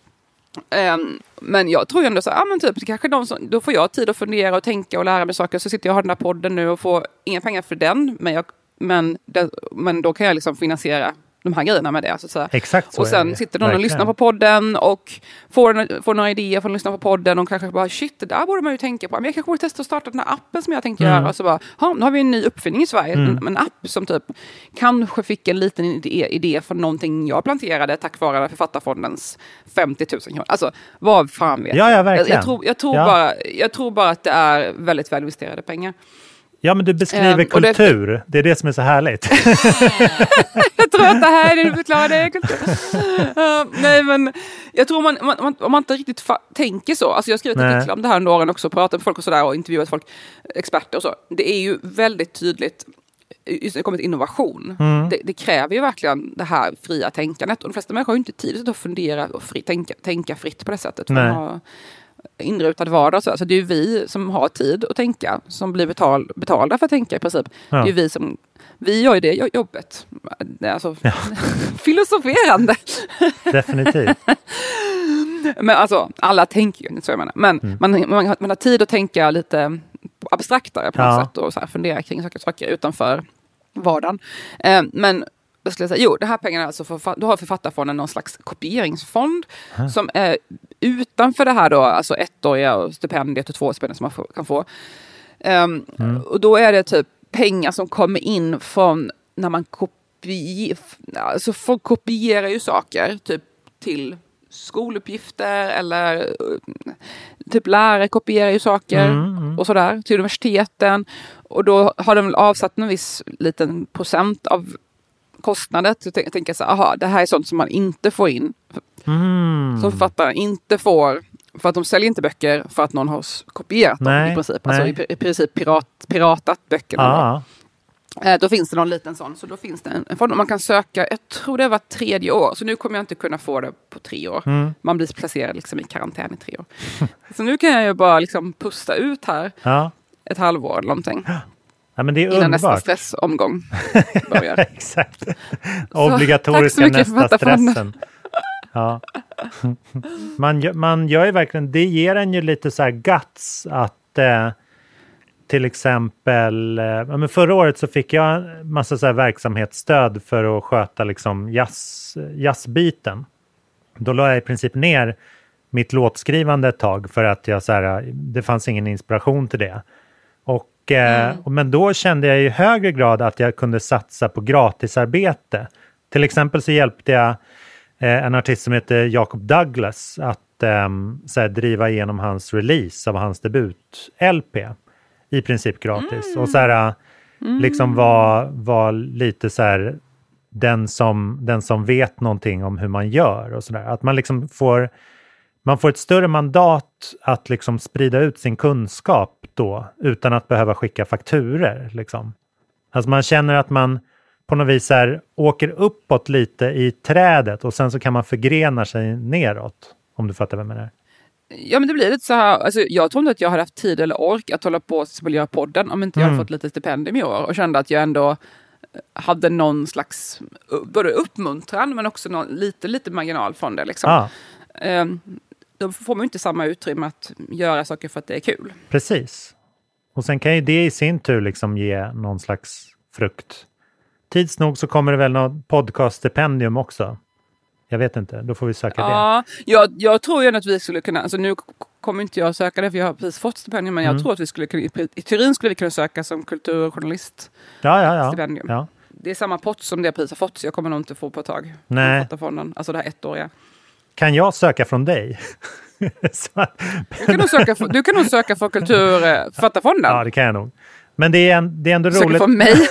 Men jag tror ju ändå så men typ kanske då får jag tid att fundera och tänka och lära mig saker, så sitter jag och har den här podden nu och får inga pengar för den, men då kan jag liksom finansiera de här grejerna med det. Så. Exakt så. Och sen sitter någon och lyssnar på podden och får några idéer från att lyssna på podden och kanske bara, shit, det där borde man ju tänka på. Men jag kanske borde testa att starta den här appen som jag tänkte göra. Och så bara, nu har vi en ny uppfinning i Sverige. En app som typ kanske fick en liten idé från någonting jag planterade tack vare Författarfondens 50 000 kronor. Alltså, vad fan vet jag? Ja, verkligen. Jag tror bara att det är väldigt välinvesterade pengar. Ja, men du beskriver kultur. Det är det som är så härligt. Jag tror att det här är det du förklarar, det är kultur. Nej, men jag tror om man inte riktigt tänker så. Alltså jag har skrivit artiklar om det här under åren också, pratat med folk och sådär och intervjuat folk, experter och så. Det är ju väldigt tydligt, just när det kommer till innovation. Det kräver ju verkligen det här fria tänkandet. Och de flesta människor har ju inte tid att fundera och tänka fritt på det sättet. För man har inrutad vardag. Så det är ju vi som har tid att tänka, som blir betalda för att tänka i princip. Det är ju vi gör ju det jobbet. Alltså, filosoferande. Definitivt. Men alltså, alla tänker ju inte så jag menar. Men man har tid att tänka lite abstraktare på något sätt och så här fundera kring saker utanför vardagen. Men då skulle jag säga, det här pengarna alltså då har Författarfonden någon slags kopieringsfond som är utanför det här då, alltså 1-åriga och stipendiet och 2-stipendiet som man kan få. Och då är det typ pengar som kommer in från när man alltså folk kopierar ju saker typ till skoluppgifter eller typ lärare kopierar ju saker och sådär till universiteten, och då har de avsatt en viss liten procent av kostnadet. Så jag tänker så här, det här är sånt som man inte får in. Som författare inte får, för att de säljer inte böcker för att någon har kopierat dem i princip. Alltså i princip piratat böckerna. Då finns det någon liten sån. Så då finns det en fond. Man kan söka, jag tror det var 3:e år. Så nu kommer jag inte kunna få det på 3 år. Man blir placerad liksom i karantän i 3 år. Så nu kan jag ju bara liksom pusta ut här ett halvår eller någonting. Ja, men det är innan underbart. Nästa stressomgång börjar. Exakt. Obligatoriska nästa stressen. Ja. Man gör ju verkligen, det ger en ju lite så här guts att till exempel, men förra året så fick jag en massa så här verksamhetsstöd för att sköta liksom jazzbiten. Då la jag i princip ner mitt låtskrivande ett tag för att jag så här, det fanns ingen inspiration till det. Men då kände jag i högre grad att jag kunde satsa på gratisarbete. Till exempel så hjälpte jag en artist som heter Jacob Douglas att så här, driva igenom hans release av hans debut-LP. I princip gratis. Och så här, liksom var lite så här den som vet någonting om hur man gör och sådär. Att man liksom får ett större mandat att liksom sprida ut sin kunskap då utan att behöva skicka fakturer liksom. Alltså man känner att man på något vis här åker uppåt lite i trädet och sen så kan man förgrena sig neråt, om du fattar vad jag menar. Ja, men det blir lite så här, alltså jag tror inte att jag hade haft tid eller ork att hålla på och göra podden om inte jag hade fått lite stipendium i år och kände att jag ändå hade någon slags både uppmuntran men också lite marginal från det liksom. Då får man ju inte samma utrymme att göra saker för att det är kul. Precis. Och sen kan ju det i sin tur liksom ge någon slags frukt. Tids nog så kommer det väl något podcaststipendium också. Jag vet inte, då får vi söka det. Ja, jag tror ju att vi skulle kunna, alltså nu kommer inte jag söka det för jag har precis fått stipendium, men jag tror att vi skulle kunna, i teorin skulle vi kunna söka som kulturjournalist stipendium. Ja. Det är samma pott som det jag precis har fått, så jag kommer nog inte få på ett tag. Nej. Alltså det här 1-åriga. Kan jag söka från dig? Du kan nog söka för Författarfonden. Ja, det kan jag nog. Men det är ändå roligt. Söka från mig.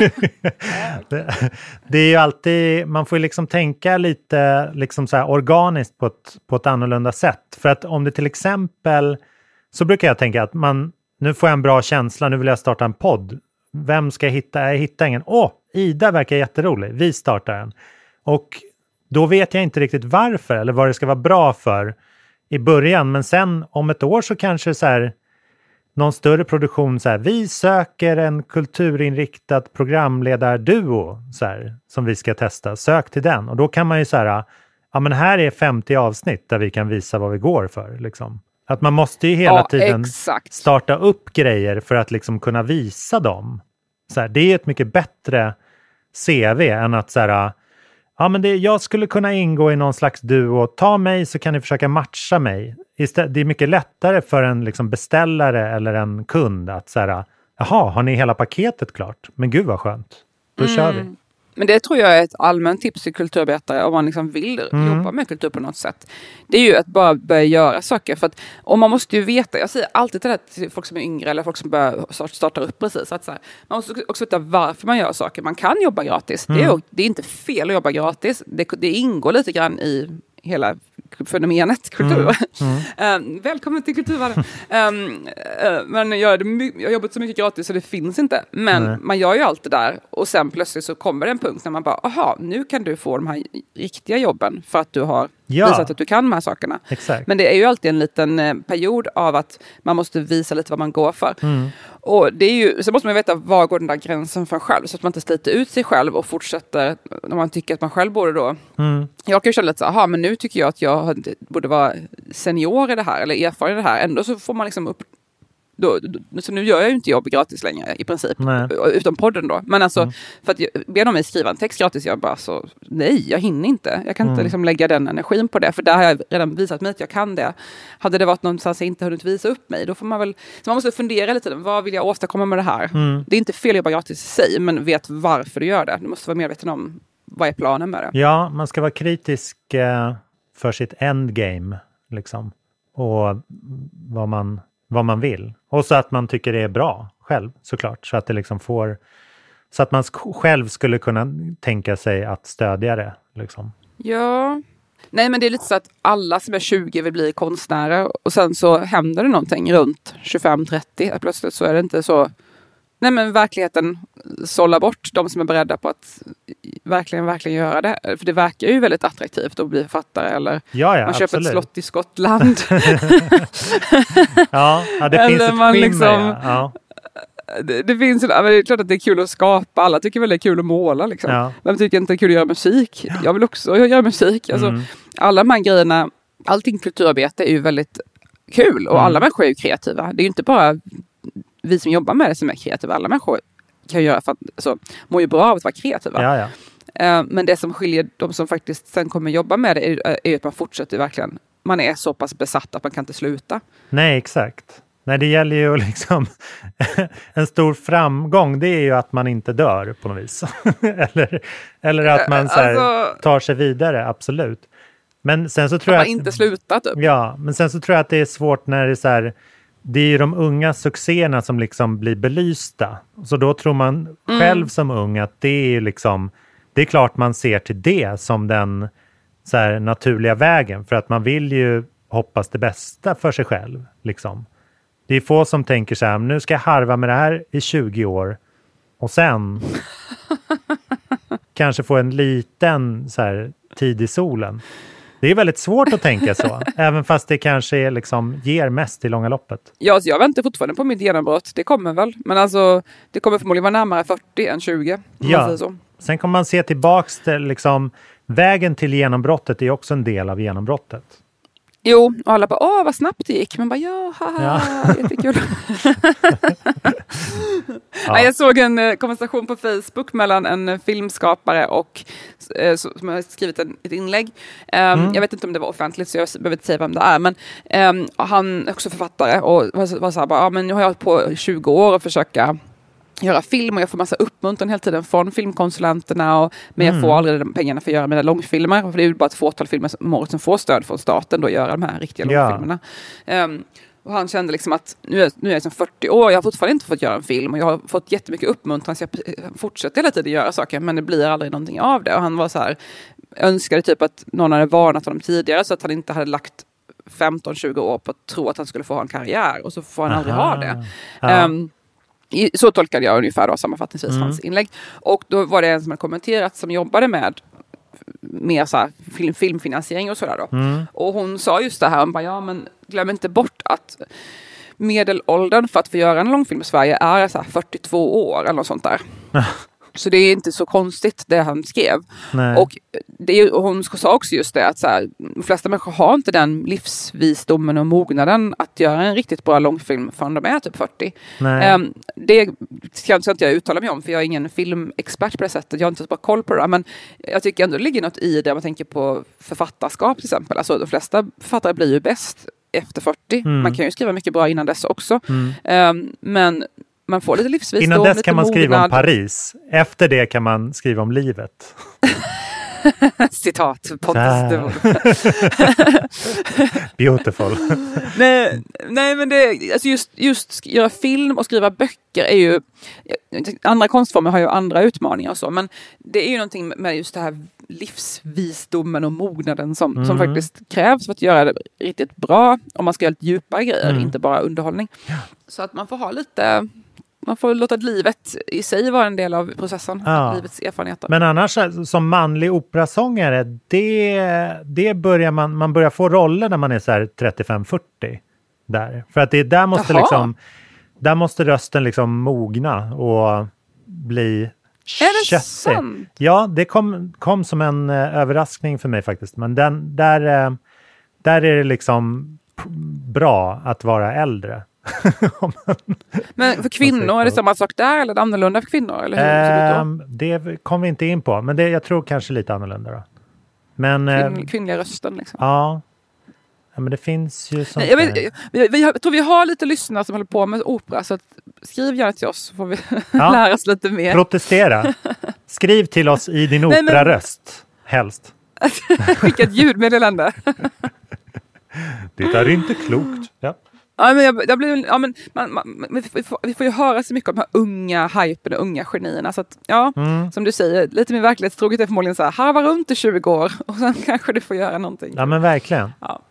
det är ju alltid, man får ju liksom tänka lite liksom så här organiskt på ett annorlunda sätt. För att om det till exempel, så brukar jag tänka att nu får jag en bra känsla, nu vill jag starta en podd. Vem ska jag hitta? Jag hittar ingen. Ida verkar jätterolig. Vi startar den. Och då vet jag inte riktigt varför eller vad det ska vara bra för i början. Men sen om ett år så kanske så här någon större produktion så här, vi söker en kulturinriktad programledarduo så här, som vi ska testa. Sök till den. Och då kan man ju så här, ja men här är 50 avsnitt där vi kan visa vad vi går för liksom. Att man måste ju hela tiden starta upp grejer för att liksom kunna visa dem. Så här, det är ett mycket bättre CV än att så här, ja men jag skulle kunna ingå i någon slags duo. Ta mig så kan ni försöka matcha mig. Det är mycket lättare för en liksom beställare eller en kund att så här, jaha, har ni hela paketet klart? Men gud vad skönt. Då kör vi. Men det tror jag är ett allmänt tips till kulturarbetare om man liksom vill jobba med kultur på något sätt. Det är ju att bara börja göra saker. För att, och man måste ju veta, jag säger alltid det till folk som är yngre eller folk som börjar starta upp precis. Att så här, man måste också veta varför man gör saker. Man kan jobba gratis. Det är inte fel att jobba gratis. Det ingår lite grann i hela fenomenet kultur. Välkommen till kulturvärlden. Men jag har jobbat så mycket gratis så det finns inte. Men man gör ju allt det där och sen plötsligt så kommer det en punkt när man bara, aha, nu kan du få de här riktiga jobben för att du har visat att du kan de här sakerna. Exakt. Men det är ju alltid en liten period av att man måste visa lite vad man går för. Och det är ju, så måste man veta var går den där gränsen för en själv så att man inte sliter ut sig själv och fortsätter när man tycker att man själv borde då. Jag kan ju känna lite så, aha, men nu tycker jag att jag borde vara senior i det här eller erfaren i det här. Ändå så får man liksom Så nu gör jag ju inte jobb gratis längre i princip. Utom podden då. Men alltså, för att be dem mig skriva en text gratis, jag bara så, nej, jag hinner inte. Jag kan inte liksom lägga den energin på det. För där har jag redan visat mig att jag kan det. Hade det varit någonstans jag inte hunnit visa upp mig, då får man väl... Så man måste fundera lite, vad vill jag åstadkomma med det här? Det är inte fel att jobba gratis i sig, men vet varför du gör det. Du måste vara medveten om vad är planen med det. Ja, man ska vara kritisk för sitt endgame, liksom. Och vad man vill. Och så att man tycker det är bra själv, såklart. Så att det liksom får... Så att man själv skulle kunna tänka sig att stödja det, liksom. Ja. Nej, men det är lite så att alla som är 20 vill bli konstnärer. Och sen så händer det någonting runt 25-30. Plötsligt så är det inte så... Nej, men verkligheten sållar bort de som är beredda på att verkligen göra det. För det verkar ju väldigt attraktivt att bli författare. Eller man köper absolut. ett slott i Skottland. ja, det eller finns ett man skimmer. liksom, ja. Det finns, men det är klart att det är kul att skapa. Alla tycker väl det är kul att måla. Liksom. Ja. Vem tycker inte det är kul att göra musik? Ja. Jag vill också göra musik. Alltså, alla de här grejerna, allting kulturarbete är ju väldigt kul. Och alla människor är ju kreativa. Det är ju inte bara vi som jobbar med det som är kreativa. Alla människor kan göra, alltså, mår ju bra av att vara kreativa. Ja. Men det som skiljer de som faktiskt sen kommer jobba med det är att man fortsätter verkligen. Man är så pass besatt att man kan inte sluta. Nej, exakt. Nej, det gäller ju liksom en stor framgång, det är ju att man inte dör på något vis. eller att man så här, tar sig vidare, absolut. Men sen så tror jag att man inte slutar typ. Ja, men sen så tror jag att det är svårt när det är så här, det är ju de unga succéerna som liksom blir belysta. Så då tror man själv som ung att det är ju liksom, det är klart man ser till det som den så här naturliga vägen. För att man vill ju hoppas det bästa för sig själv, liksom. Det är få som tänker så här, nu ska jag harva med det här i 20 år och sen kanske få en liten så här tid i solen. Det är väldigt svårt att tänka så, även fast det kanske liksom ger mest i långa loppet. Ja, så jag väntar fortfarande på mitt genombrott. Det kommer väl, men alltså det kommer förmodligen vara närmare 40 än 20. Ja, så. Sen kommer man se tillbaks till liksom, vägen till genombrottet är också en del av genombrottet. Jo, och alla bara, vad snabbt det gick. Men bara, ja. Jättekul. Ja. Jag såg en konversation på Facebook mellan en filmskapare och som har skrivit ett inlägg. Jag vet inte om det var offentligt, så jag behöver inte säga vem det är. Men han är också författare och var så här, bara, men nu har jag hållit på 20 år och försöka göra film och jag får massa uppmuntran hela tiden från filmkonsulenterna men jag får aldrig de pengarna för att göra mina långfilmer, för det är ju bara ett fåtal filmer om året som får stöd från staten då att göra de här riktiga långfilmerna. Och han kände liksom att nu är jag som 40 år, jag har fortfarande inte fått göra en film och jag har fått jättemycket uppmuntran så jag fortsätter hela tiden göra saker, men det blir aldrig någonting av det. Och han var så här, önskade typ att någon hade varnat honom tidigare så att han inte hade lagt 15-20 år på att tro att han skulle få ha en karriär och så får han aldrig ha det. Så tolkade jag ungefär då, sammanfattningsvis hans inlägg. Och då var det en som hade kommenterat som jobbade med mer så här filmfinansiering och sådär då. Och hon sa just det här, hon bara, men glöm inte bort att medelåldern för att få göra en långfilm i Sverige är så här 42 år eller något sånt där. Så det är inte så konstigt det han skrev. Nej. Och hon sa också just det att så här, de flesta människor har inte den livsvisdomen och mognaden att göra en riktigt bra långfilm förrän de är typ 40. Det ska inte jag uttala mig om, för jag är ingen filmexpert på det sättet. Jag har inte så bra koll på det. Men jag tycker ändå det ligger något i det. Man tänker på författarskap till exempel. Alltså de flesta författare blir ju bäst efter 40. Man kan ju skriva mycket bra innan dess också. Men man får lite livsvisdom. Innan dess kan man mognad. skriva om Paris. Efter det kan man skriva om livet. Citat. Pontus. Beautiful. nej, men det, alltså just göra film och skriva böcker är ju... Andra konstformer har ju andra utmaningar och så. Men det är ju någonting med just det här livsvisdomen och mognaden som faktiskt krävs för att göra det riktigt bra. Om man ska göra lite djupare grejer, inte bara underhållning. Ja. Så att man får ha lite... Man får låta livet i sig vara en del av processen. Ja. Livets erfarenheter. Men annars som manlig operasångare, det börjar man börjar få roller när man är så här 35-40 där. För att det där måste liksom, där måste rösten liksom mogna och bli köttig. Är det sant? Ja, det kom som en överraskning för mig faktiskt. Men där är det liksom bra att vara äldre. Men för kvinnor, är det samma sak där eller är det annorlunda för kvinnor? Eller hur ser det då? Det kom vi inte in på, men jag tror kanske lite annorlunda då. Men, kvinnliga rösten liksom. Ja, men det finns ju sånt jag tror vi har lite lyssnare som håller på med opera, så skriv gärna till oss så får vi lära oss lite mer. Protestera. Skriv till oss i din operaröst, helst. Skicka ett ljudmeddelande. Det är inte klokt. Ja. Ja, men vi får ju höra så mycket om de här unga hypen och unga genierna. Så att, som du säger, lite mer verklighetstroget är förmodligen så här, harva runt i 20 år och sen kanske du får göra någonting. Ja, men verkligen. Ja.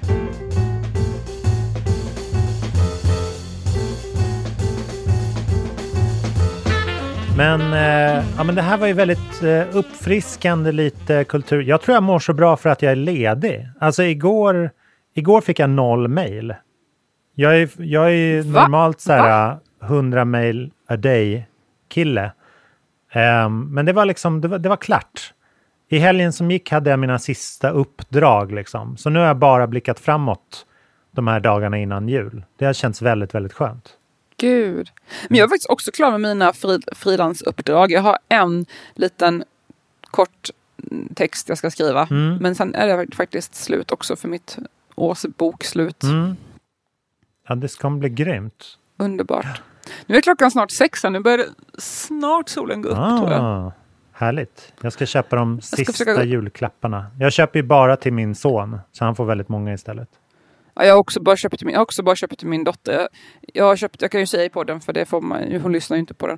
Men det här var ju väldigt uppfriskande, lite kultur. Jag tror jag mår så bra för att jag är ledig. Alltså igår fick jag 0 mejl. Jag är normalt så här 100 mejl a day kille. Men det var liksom det var klart. I helgen som gick hade jag mina sista uppdrag liksom. Så nu har jag bara blickat framåt de här dagarna innan jul. Det har känts väldigt, väldigt skönt. Gud. Men jag är faktiskt också klar med mina frilansuppdrag. Jag har en liten kort text jag ska skriva. Men sen är det faktiskt slut också för mitt årsbokslut. Ja, det ska bli grymt. Underbart. Nu är klockan snart 6. Nu börjar snart solen gå upp, tror jag. Härligt. Jag ska köpa de sista julklapparna. Jag köper ju bara till min son, så han får väldigt många istället. Ja, jag har också bara köpt till min dotter. Jag kan ju säga på den, för det får man, hon lyssnar ju inte på den.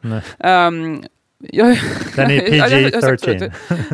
Den är PG-13.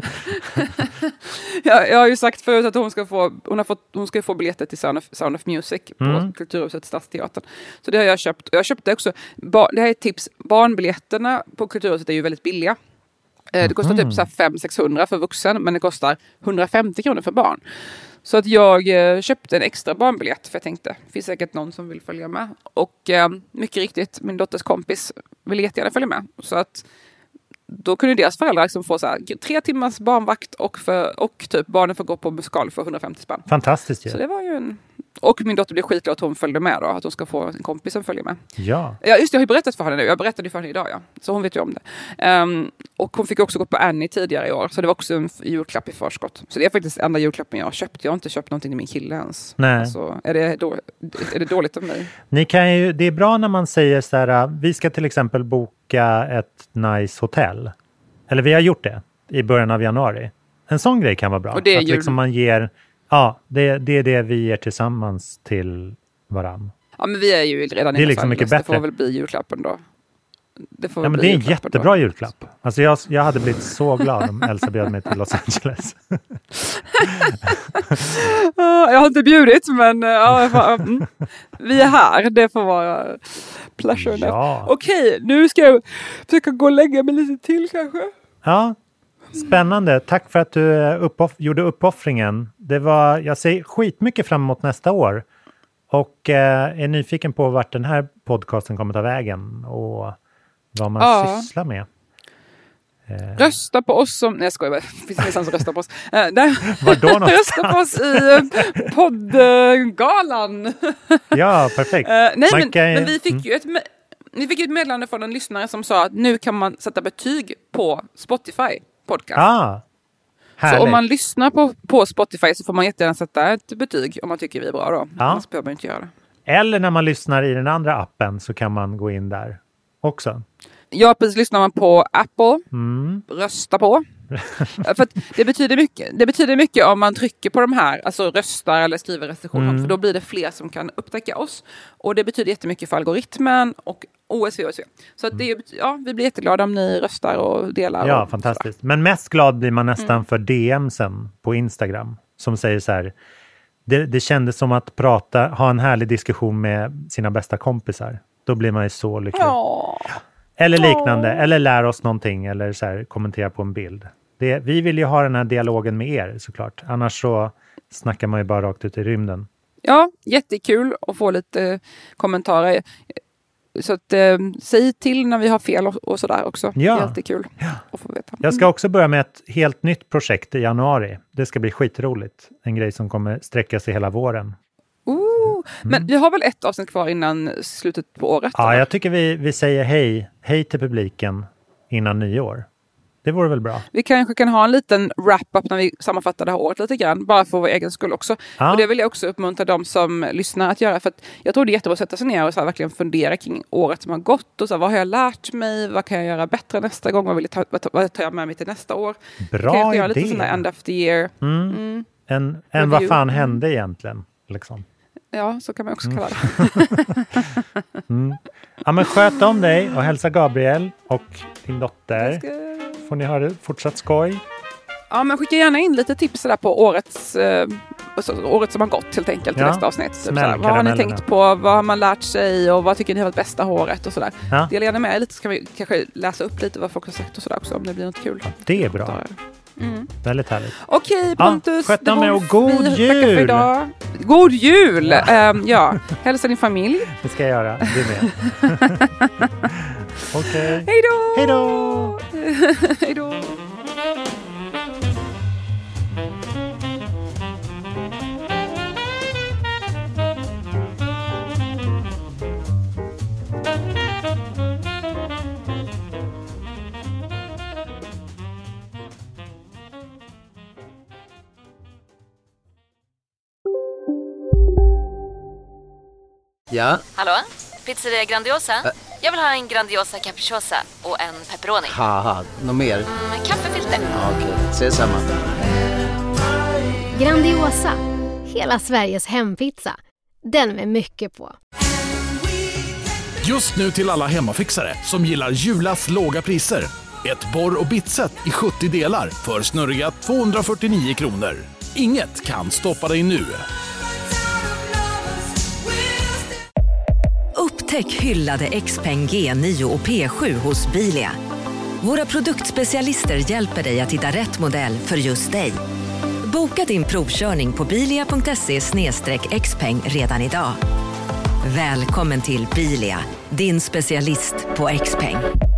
Jag har ju sagt förut att hon ska få biljetter till Sound of Music på Kulturhuset Stadsteatern. Så det har jag köpt. Jag köpte också, det här är ett tips, barnbiljetterna på Kulturhuset är ju väldigt billiga. Det kostar typ 500-600 för vuxen, men det kostar 150 kronor för barn. Så att jag köpte en extra barnbiljett, för jag tänkte, det finns säkert någon som vill följa med. Och mycket riktigt, min dotters kompis vill jättegärna följa med. Så att då kunde deras föräldrar liksom få så här 3 timmars barnvakt och typ barnen får gå på musikal för 150 spänn. Fantastiskt. Så det var ju och min dotter blev skitglad att hon följde med då, att hon ska få en kompis som följer med. Ja. Ja, just det, jag har ju berättat för henne nu. Jag berättade för henne idag, ja. Så hon vet ju om det. Och hon fick också gå på Annie tidigare i år, så det var också en julklapp i förskott. Så det är faktiskt enda julklappen jag har köpt. Jag har inte köpt någonting till min kille ens. Nej. Alltså, är det dåligt av mig? Det är bra när man säger så här, vi ska till exempel boka ett nice hotell. Eller vi har gjort det i början av januari. En sån grej kan vara bra. Och det är att liksom man ger, det är det vi ger tillsammans till varann. Ja, men vi är ju redan det är liksom mycket bättre. Det får väl bli julklappen då. Men det är en jättebra julklapp. Alltså jag hade blivit så glad om Elsa bjöd mig till Los Angeles. Jag har inte bjudit, men vi är här. Det får vara pleasure. Ja. Okej, nu ska jag försöka gå och lägga mig lite till kanske. Ja, spännande. Tack för att du gjorde uppoffringen. Jag ser skitmycket fram emot nästa år. Och är nyfiken på vart den här podcasten kommer ta vägen och vad man sysslar med. Rösta på oss som... Nej, jag skojar. Finns det någon som röstar på oss? Var då någonstans? Rösta på oss i poddgalan. Ja, perfekt. Men vi fick ju ett meddelande från en lyssnare som sa att nu kan man sätta betyg på Spotify podcast. Härligt. Så om man lyssnar på Spotify så får man jättegärna sätta ett betyg om man tycker vi är bra då. Annars behöver man inte göra det. Eller när man lyssnar i den andra appen så kan man gå in där också. Ja, precis. Lyssnar man på Apple, rösta på. För att det betyder mycket om man trycker på de här, alltså röstar eller skriver recensioner, för då blir det fler som kan upptäcka oss. Och det betyder jättemycket för algoritmen och OSV. Så att vi blir jätteglada om ni röstar och delar. Ja, fantastiskt. Men mest glad blir man nästan för DMsen på Instagram som säger så här: det kändes som att ha en härlig diskussion med sina bästa kompisar. Då blir man ju så lycklig. Eller liknande, eller lär oss någonting, eller så här, kommentera på en bild. Vi vill ju ha den här dialogen med er såklart. Annars så snackar man ju bara rakt ut i rymden. Ja, jättekul att få lite kommentarer. Så att säg till när vi har fel och sådär också. Ja. Jättekul att få veta. Jag ska också börja med ett helt nytt projekt i januari. Det ska bli skitroligt. En grej som kommer sträcka sig hela våren. Men vi har väl ett avsnitt kvar innan slutet på året? Ja, jag tycker vi säger hej till publiken innan nyår. Det vore väl bra. Vi kanske kan ha en liten wrap-up när vi sammanfattar det här året lite grann. Bara för vår egen skull också. Ja. Och det vill jag också uppmuntra de som lyssnar att göra. För att jag tror det är jättebra att sätta sig ner och så här verkligen fundera kring året som har gått. Och så här, vad har jag lärt mig? Vad kan jag göra bättre nästa gång? Vad tar jag med mig till nästa år? Bra kan jag göra idé. Lite sån där end of the year. En vad fan hände egentligen? Liksom. Ja, så kan man också kalla det. Ja, men sköt om dig och hälsa Gabriel och din dotter. Får ni ha det fortsatt skoj? Ja, men skicka gärna in lite tips där på året som har gått helt enkelt till nästa avsnitt. Typ vad har ni tänkt på? Vad har man lärt sig? Och vad tycker ni har varit bästa året? Och sådär. Ja. Dela gärna med lite så kan vi kanske läsa upp lite vad folk har sagt och sådär också om det blir något kul. Det är bra. Väldigt härligt. Okej, Pontus. Sköt om er och god jul! För idag. God jul! Ja, hälsa din familj. Det ska jag göra, du med. Okej. Hej då! Hej då! Hej då! Ja? Hallå? Pizzeria Grandiosa? Jag vill ha en Grandiosa capriciosa och en pepperoni. Haha, något mer? Kaffefilter. Ja, okej, ses samma. Grandiosa, hela Sveriges hempizza. Den med mycket på. Just nu till alla hemmafixare som gillar Julas låga priser. Ett borr- och bitset i 70 delar för snurriga 249 kronor. Inget kan stoppa dig nu. Upptäck hyllade XPeng G9 och P7 hos Bilia. Våra produktspecialister hjälper dig att hitta rätt modell för just dig. Boka din provkörning på bilia.se/xpeng redan idag. Välkommen till Bilia, din specialist på XPeng.